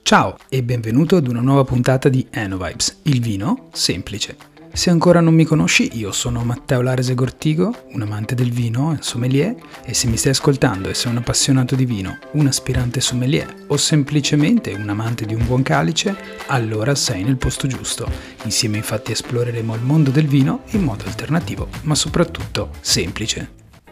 Ciao e benvenuto ad una nuova puntata di Enovibes, il vino semplice. Se ancora non mi conosci, io sono Matteo Larese Gortigo, un amante del vino, un sommelier, e se mi stai ascoltando e sei un appassionato di vino, un aspirante sommelier o semplicemente un amante di un buon calice, allora sei nel posto giusto. Insieme infatti esploreremo il mondo del vino in modo alternativo, ma soprattutto semplice.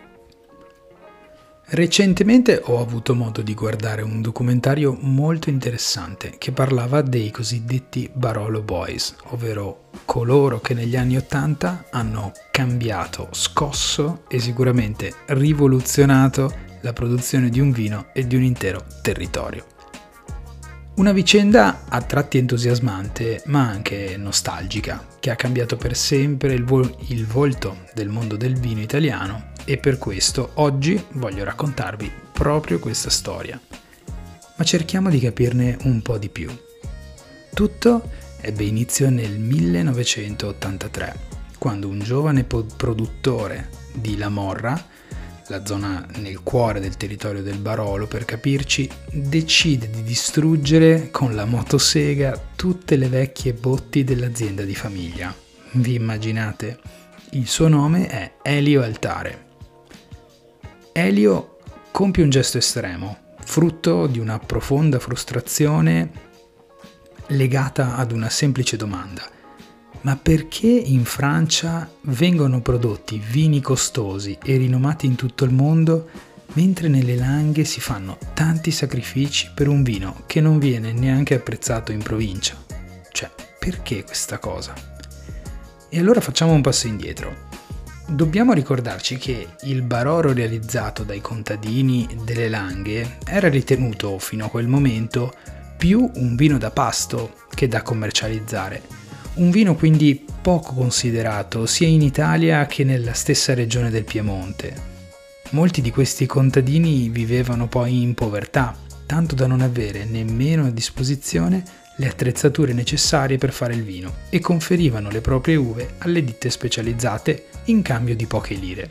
Recentemente ho avuto modo di guardare un documentario molto interessante che parlava dei cosiddetti Barolo Boys, ovvero coloro che negli anni '80 hanno cambiato, scosso e sicuramente rivoluzionato la produzione di un vino e di un intero territorio. Una vicenda a tratti entusiasmante ma anche nostalgica, che ha cambiato per sempre il volto del mondo del vino italiano, e per questo oggi voglio raccontarvi proprio questa storia. Ma cerchiamo di capirne un po' di più. Tutto ebbe inizio nel 1983, quando un giovane produttore di La Morra, la zona nel cuore del territorio del Barolo per capirci, decide di distruggere con la motosega tutte le vecchie botti dell'azienda di famiglia. Vi immaginate? Il suo nome è Elio Altare. Elio compie un gesto estremo, frutto di una profonda frustrazione legata ad una semplice domanda. Ma perché in Francia vengono prodotti vini costosi e rinomati in tutto il mondo, mentre nelle Langhe si fanno tanti sacrifici per un vino che non viene neanche apprezzato in provincia? Cioè, perché questa cosa? E allora facciamo un passo indietro. Dobbiamo ricordarci che il Barolo realizzato dai contadini delle Langhe era ritenuto fino a quel momento più un vino da pasto che da commercializzare. Un vino quindi poco considerato sia in Italia che nella stessa regione del Piemonte. Molti di questi contadini vivevano poi in povertà, tanto da non avere nemmeno a disposizione le attrezzature necessarie per fare il vino e conferivano le proprie uve alle ditte specializzate in cambio di poche lire.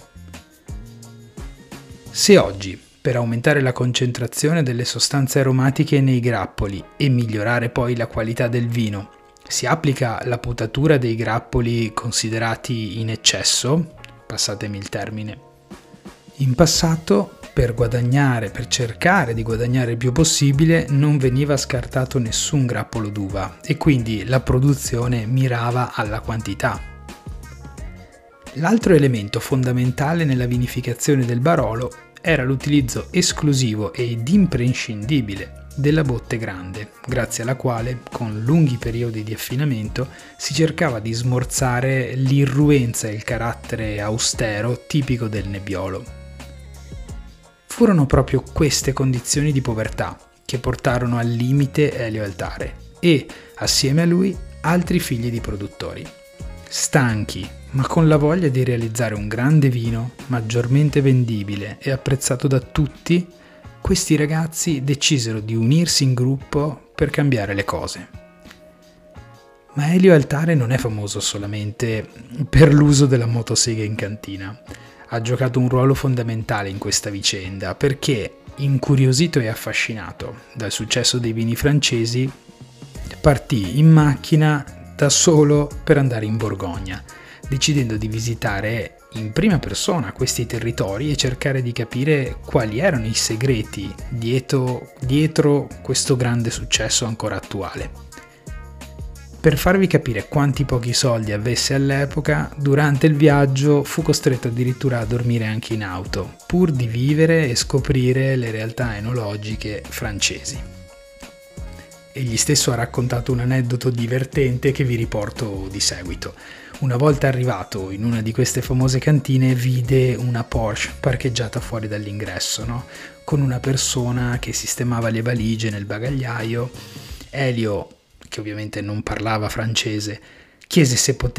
Se oggi, per aumentare la concentrazione delle sostanze aromatiche nei grappoli e migliorare poi la qualità del vino, si applica la potatura dei grappoli considerati in eccesso, passatemi il termine, in passato per cercare di guadagnare il più possibile non veniva scartato nessun grappolo d'uva e quindi la produzione mirava alla quantità. L'altro elemento fondamentale nella vinificazione del Barolo era l'utilizzo esclusivo ed imprescindibile della botte grande, grazie alla quale, con lunghi periodi di affinamento, si cercava di smorzare l'irruenza e il carattere austero tipico del Nebbiolo. Furono proprio queste condizioni di povertà che portarono al limite Elio Altare e, assieme a lui, altri figli di produttori. Stanchi, ma con la voglia di realizzare un grande vino, maggiormente vendibile e apprezzato da tutti, questi ragazzi decisero di unirsi in gruppo per cambiare le cose. Ma Elio Altare non è famoso solamente per l'uso della motosega in cantina. Ha giocato un ruolo fondamentale in questa vicenda perché, incuriosito e affascinato dal successo dei vini francesi, partì in macchina da solo per andare in Borgogna, decidendo di visitare in prima persona questi territori e cercare di capire quali erano i segreti dietro questo grande successo ancora attuale. Per farvi capire quanti pochi soldi avesse all'epoca, durante il viaggio fu costretto addirittura a dormire anche in auto, pur di vivere e scoprire le realtà enologiche francesi. Egli stesso ha raccontato un aneddoto divertente che vi riporto di seguito. Una volta arrivato in una di queste famose cantine vide una Porsche parcheggiata fuori dall'ingresso, con una persona che sistemava le valigie nel bagagliaio. Elio, che ovviamente non parlava francese, chiese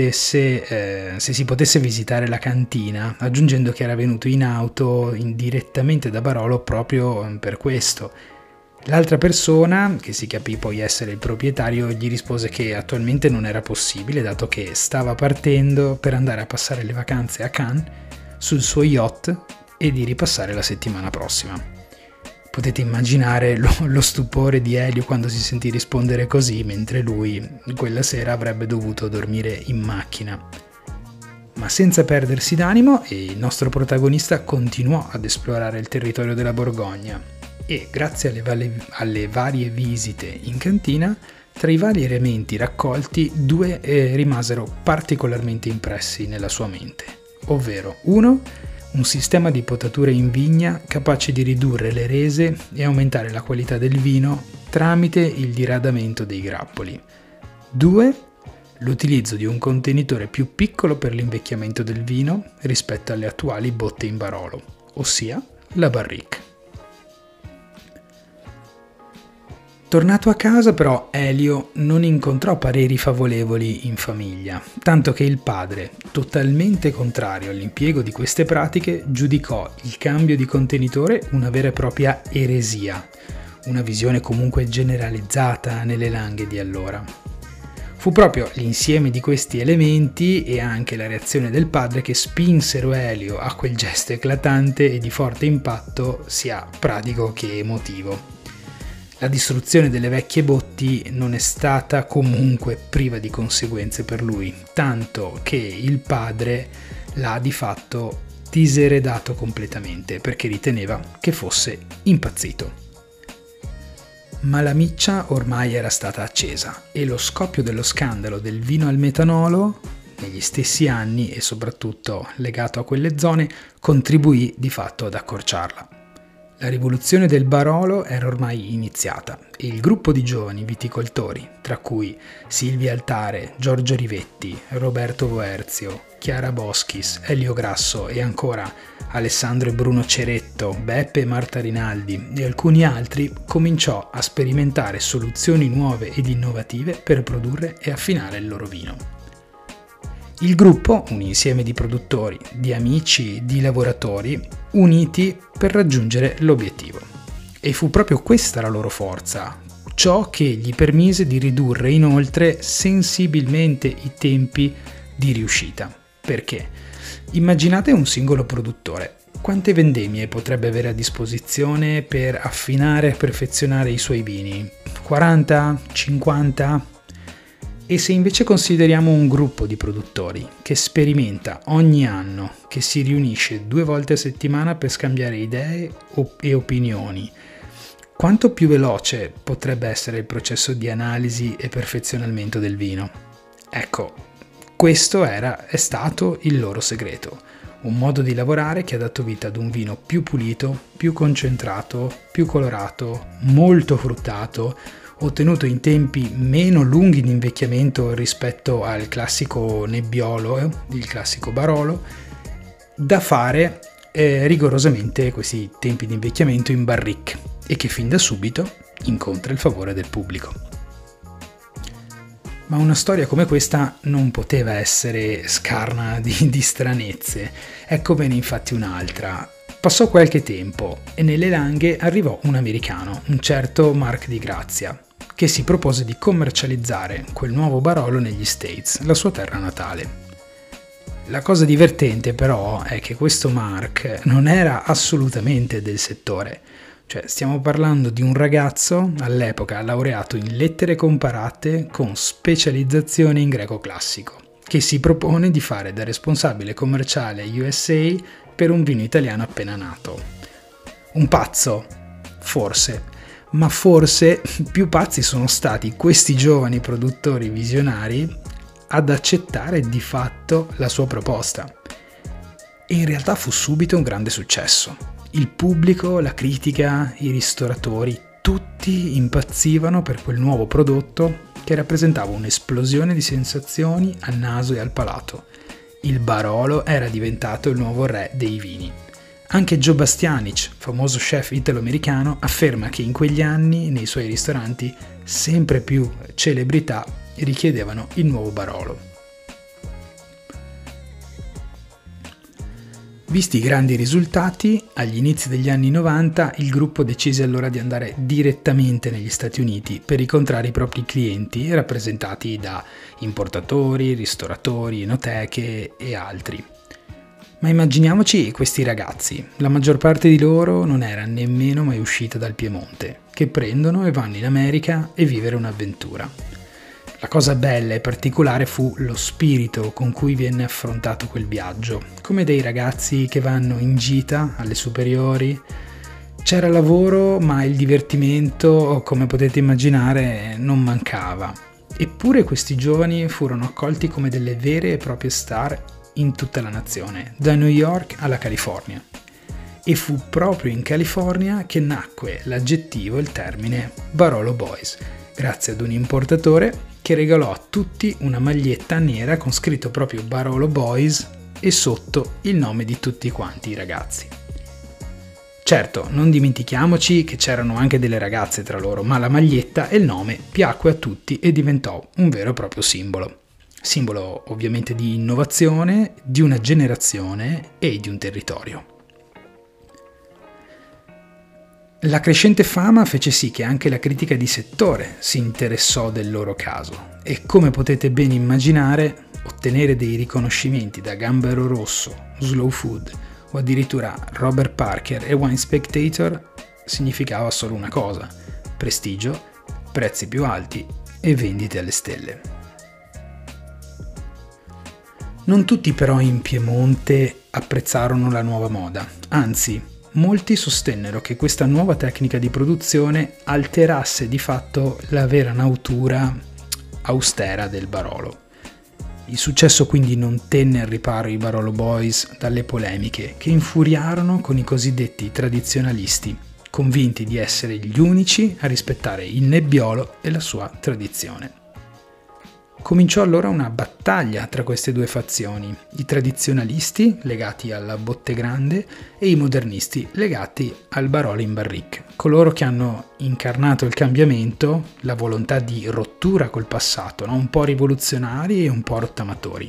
se si potesse visitare la cantina, aggiungendo che era venuto in auto direttamente da Barolo proprio per questo. L'altra persona, che si capì poi essere il proprietario, gli rispose che attualmente non era possibile, dato che stava partendo per andare a passare le vacanze a Cannes sul suo yacht e di ripassare la settimana prossima. Potete immaginare lo stupore di Elio quando si sentì rispondere così, mentre lui quella sera avrebbe dovuto dormire in macchina. Ma senza perdersi d'animo, il nostro protagonista continuò ad esplorare il territorio della Borgogna e, grazie alle varie visite in cantina, tra i vari elementi raccolti, due rimasero particolarmente impressi nella sua mente, ovvero uno, un sistema di potature in vigna capace di ridurre le rese e aumentare la qualità del vino tramite il diradamento dei grappoli. 2. L'utilizzo di un contenitore più piccolo per l'invecchiamento del vino rispetto alle attuali botte in Barolo, ossia la barrique. Tornato a casa però Elio non incontrò pareri favorevoli in famiglia, tanto che il padre, totalmente contrario all'impiego di queste pratiche, giudicò il cambio di contenitore una vera e propria eresia, una visione comunque generalizzata nelle Langhe di allora. Fu proprio l'insieme di questi elementi e anche la reazione del padre che spinsero Elio a quel gesto eclatante e di forte impatto sia pratico che emotivo. La distruzione delle vecchie botti non è stata comunque priva di conseguenze per lui, tanto che il padre l'ha di fatto diseredato completamente perché riteneva che fosse impazzito. Ma la miccia ormai era stata accesa e lo scoppio dello scandalo del vino al metanolo, negli stessi anni e soprattutto legato a quelle zone, contribuì di fatto ad accorciarla. La rivoluzione del Barolo era ormai iniziata e il gruppo di giovani viticoltori, tra cui Silvia Altare, Giorgio Rivetti, Roberto Voerzio, Chiara Boschis, Elio Grasso e ancora Alessandro e Bruno Ceretto, Beppe e Marta Rinaldi e alcuni altri, cominciò a sperimentare soluzioni nuove ed innovative per produrre e affinare il loro vino. Il gruppo, un insieme di produttori, di amici, di lavoratori, uniti per raggiungere l'obiettivo. E fu proprio questa la loro forza, ciò che gli permise di ridurre inoltre sensibilmente i tempi di riuscita. Perché? Immaginate un singolo produttore. Quante vendemmie potrebbe avere a disposizione per affinare e perfezionare i suoi vini? 40? 50? E se invece consideriamo un gruppo di produttori che sperimenta ogni anno, che si riunisce 2 volte a settimana per scambiare idee e opinioni, quanto più veloce potrebbe essere il processo di analisi e perfezionamento del vino? Ecco, questo è stato il loro segreto, un modo di lavorare che ha dato vita ad un vino più pulito, più concentrato, più colorato, molto fruttato, ottenuto in tempi meno lunghi di invecchiamento rispetto al classico Nebbiolo, il classico Barolo, da fare rigorosamente questi tempi di invecchiamento in barrique e che fin da subito incontra il favore del pubblico. Ma una storia come questa non poteva essere scarna di stranezze. Eccovene infatti un'altra. Passò qualche tempo e nelle Langhe arrivò un americano, un certo Mark Di Grazia, che si propose di commercializzare quel nuovo Barolo negli States, la sua terra natale. La cosa divertente però è che questo Mark non era assolutamente del settore, cioè stiamo parlando di un ragazzo all'epoca laureato in lettere comparate con specializzazione in greco classico, che si propone di fare da responsabile commerciale USA per un vino italiano appena nato. Un pazzo? Forse. Ma forse più pazzi sono stati questi giovani produttori visionari ad accettare di fatto la sua proposta. E in realtà fu subito un grande successo. Il pubblico, la critica, i ristoratori, tutti impazzivano per quel nuovo prodotto che rappresentava un'esplosione di sensazioni al naso e al palato. Il Barolo era diventato il nuovo re dei vini. Anche Joe Bastianic, famoso chef italo-americano, afferma che in quegli anni nei suoi ristoranti sempre più celebrità richiedevano il nuovo Barolo. Visti i grandi risultati, agli inizi degli anni 90 il gruppo decise allora di andare direttamente negli Stati Uniti per incontrare i propri clienti rappresentati da importatori, ristoratori, enoteche e altri. Ma immaginiamoci questi ragazzi, la maggior parte di loro non era nemmeno mai uscita dal Piemonte, che prendono e vanno in America e vivere un'avventura. La cosa bella e particolare fu lo spirito con cui venne affrontato quel viaggio, come dei ragazzi che vanno in gita alle superiori. C'era lavoro, ma il divertimento, come potete immaginare, non mancava. Eppure questi giovani furono accolti come delle vere e proprie star in tutta la nazione, da New York alla California. E fu proprio in California che nacque l'aggettivo e il termine Barolo Boys, grazie ad un importatore che regalò a tutti una maglietta nera con scritto proprio Barolo Boys e sotto il nome di tutti quanti i ragazzi. Certo, non dimentichiamoci che c'erano anche delle ragazze tra loro, ma la maglietta e il nome piacque a tutti e diventò un vero e proprio simbolo. Simbolo ovviamente di innovazione, di una generazione e di un territorio. La crescente fama fece sì che anche la critica di settore si interessò del loro caso e, come potete ben immaginare, ottenere dei riconoscimenti da Gambero Rosso, Slow Food o addirittura Robert Parker e Wine Spectator significava solo una cosa: prestigio, prezzi più alti e vendite alle stelle. Non tutti però in Piemonte apprezzarono la nuova moda, anzi, molti sostennero che questa nuova tecnica di produzione alterasse di fatto la vera natura austera del Barolo. Il successo quindi non tenne al riparo i Barolo Boys dalle polemiche che infuriarono con i cosiddetti tradizionalisti, convinti di essere gli unici a rispettare il nebbiolo e la sua tradizione. Cominciò allora una battaglia tra queste due fazioni, i tradizionalisti legati alla botte grande e i modernisti legati al Barolo in barrique, coloro che hanno incarnato il cambiamento, la volontà di rottura col passato, no? Un po' rivoluzionari e un po' rottamatori.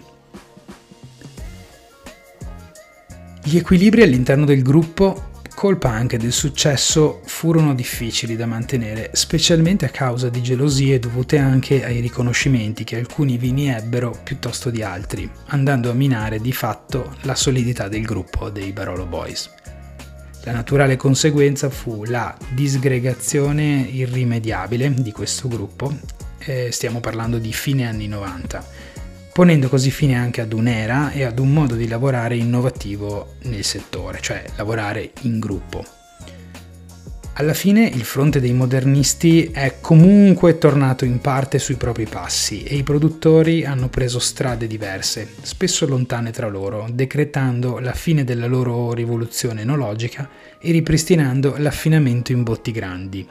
Gli equilibri all'interno del gruppo, colpa anche del successo, furono difficili da mantenere, specialmente a causa di gelosie dovute anche ai riconoscimenti che alcuni vini ebbero piuttosto di altri, andando a minare di fatto la solidità del gruppo dei Barolo Boys. La naturale conseguenza fu la disgregazione irrimediabile di questo gruppo, stiamo parlando di fine anni 90, ponendo così fine anche ad un'era e ad un modo di lavorare innovativo nel settore, cioè lavorare in gruppo. Alla fine il fronte dei modernisti è comunque tornato in parte sui propri passi e i produttori hanno preso strade diverse, spesso lontane tra loro, decretando la fine della loro rivoluzione enologica e ripristinando l'affinamento in botti grandi.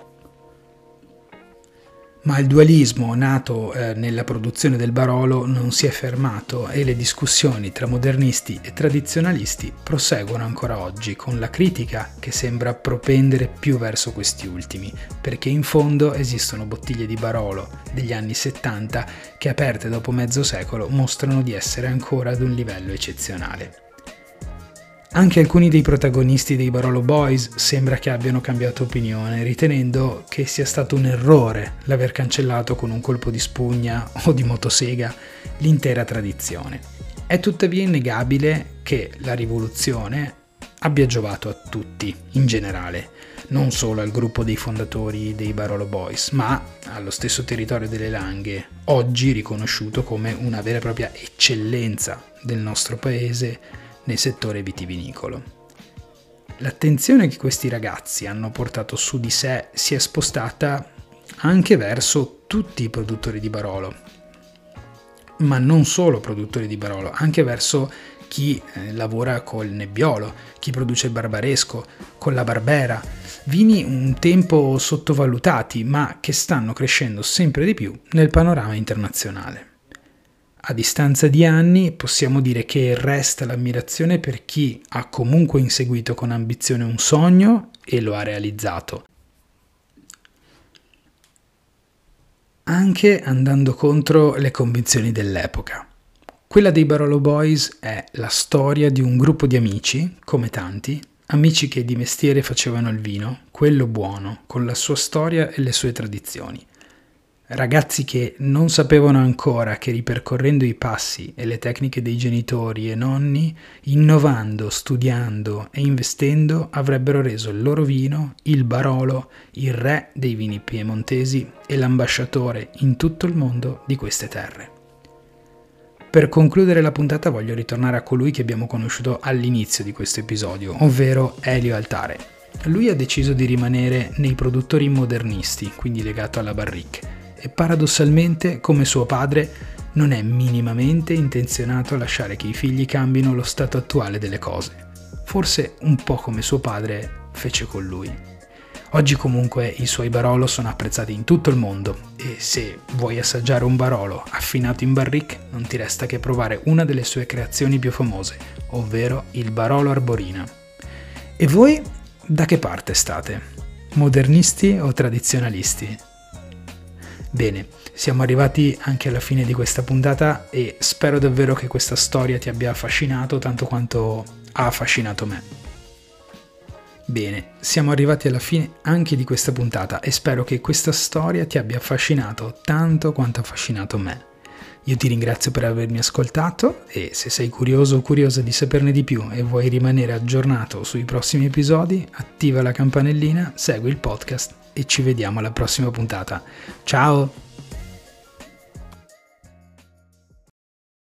Ma il dualismo nato nella produzione del Barolo non si è fermato e le discussioni tra modernisti e tradizionalisti proseguono ancora oggi, con la critica che sembra propendere più verso questi ultimi, perché in fondo esistono bottiglie di Barolo degli anni 70 che, aperte dopo mezzo secolo, mostrano di essere ancora ad un livello eccezionale. Anche alcuni dei protagonisti dei Barolo Boys sembra che abbiano cambiato opinione, ritenendo che sia stato un errore l'aver cancellato con un colpo di spugna o di motosega l'intera tradizione. È tuttavia innegabile che la rivoluzione abbia giovato a tutti, in generale, non solo al gruppo dei fondatori dei Barolo Boys, ma allo stesso territorio delle Langhe, oggi riconosciuto come una vera e propria eccellenza del nostro paese nel settore vitivinicolo. L'attenzione che questi ragazzi hanno portato su di sé si è spostata anche verso tutti i produttori di Barolo, ma non solo produttori di Barolo, anche verso chi lavora col nebbiolo, chi produce il barbaresco, con la Barbera, vini un tempo sottovalutati ma che stanno crescendo sempre di più nel panorama internazionale. A distanza di anni possiamo dire che resta l'ammirazione per chi ha comunque inseguito con ambizione un sogno e lo ha realizzato, anche andando contro le convinzioni dell'epoca. Quella dei Barolo Boys è la storia di un gruppo di amici, come tanti, amici che di mestiere facevano il vino, quello buono, con la sua storia e le sue tradizioni. Ragazzi che non sapevano ancora che ripercorrendo i passi e le tecniche dei genitori e nonni, innovando, studiando e investendo, avrebbero reso il loro vino, il Barolo, il re dei vini piemontesi e l'ambasciatore in tutto il mondo di queste terre. Per concludere la puntata voglio ritornare a colui che abbiamo conosciuto all'inizio di questo episodio, ovvero Elio Altare. Lui ha deciso di rimanere nei produttori modernisti, quindi legato alla barrique, e paradossalmente, come suo padre, non è minimamente intenzionato a lasciare che i figli cambino lo stato attuale delle cose. Forse un po' come suo padre fece con lui. Oggi comunque i suoi Barolo sono apprezzati in tutto il mondo e se vuoi assaggiare un Barolo affinato in barrique non ti resta che provare una delle sue creazioni più famose, ovvero il Barolo Arborina. E voi da che parte state? Modernisti o tradizionalisti? Bene, siamo arrivati anche alla fine di questa puntata e spero davvero che questa storia ti abbia affascinato tanto quanto ha affascinato me. Bene, siamo arrivati alla fine anche di questa puntata e spero che questa storia ti abbia affascinato tanto quanto ha affascinato me. Io ti ringrazio per avermi ascoltato e se sei curioso o curiosa di saperne di più e vuoi rimanere aggiornato sui prossimi episodi, attiva la campanellina, segui il podcast e ci vediamo alla prossima puntata. Ciao!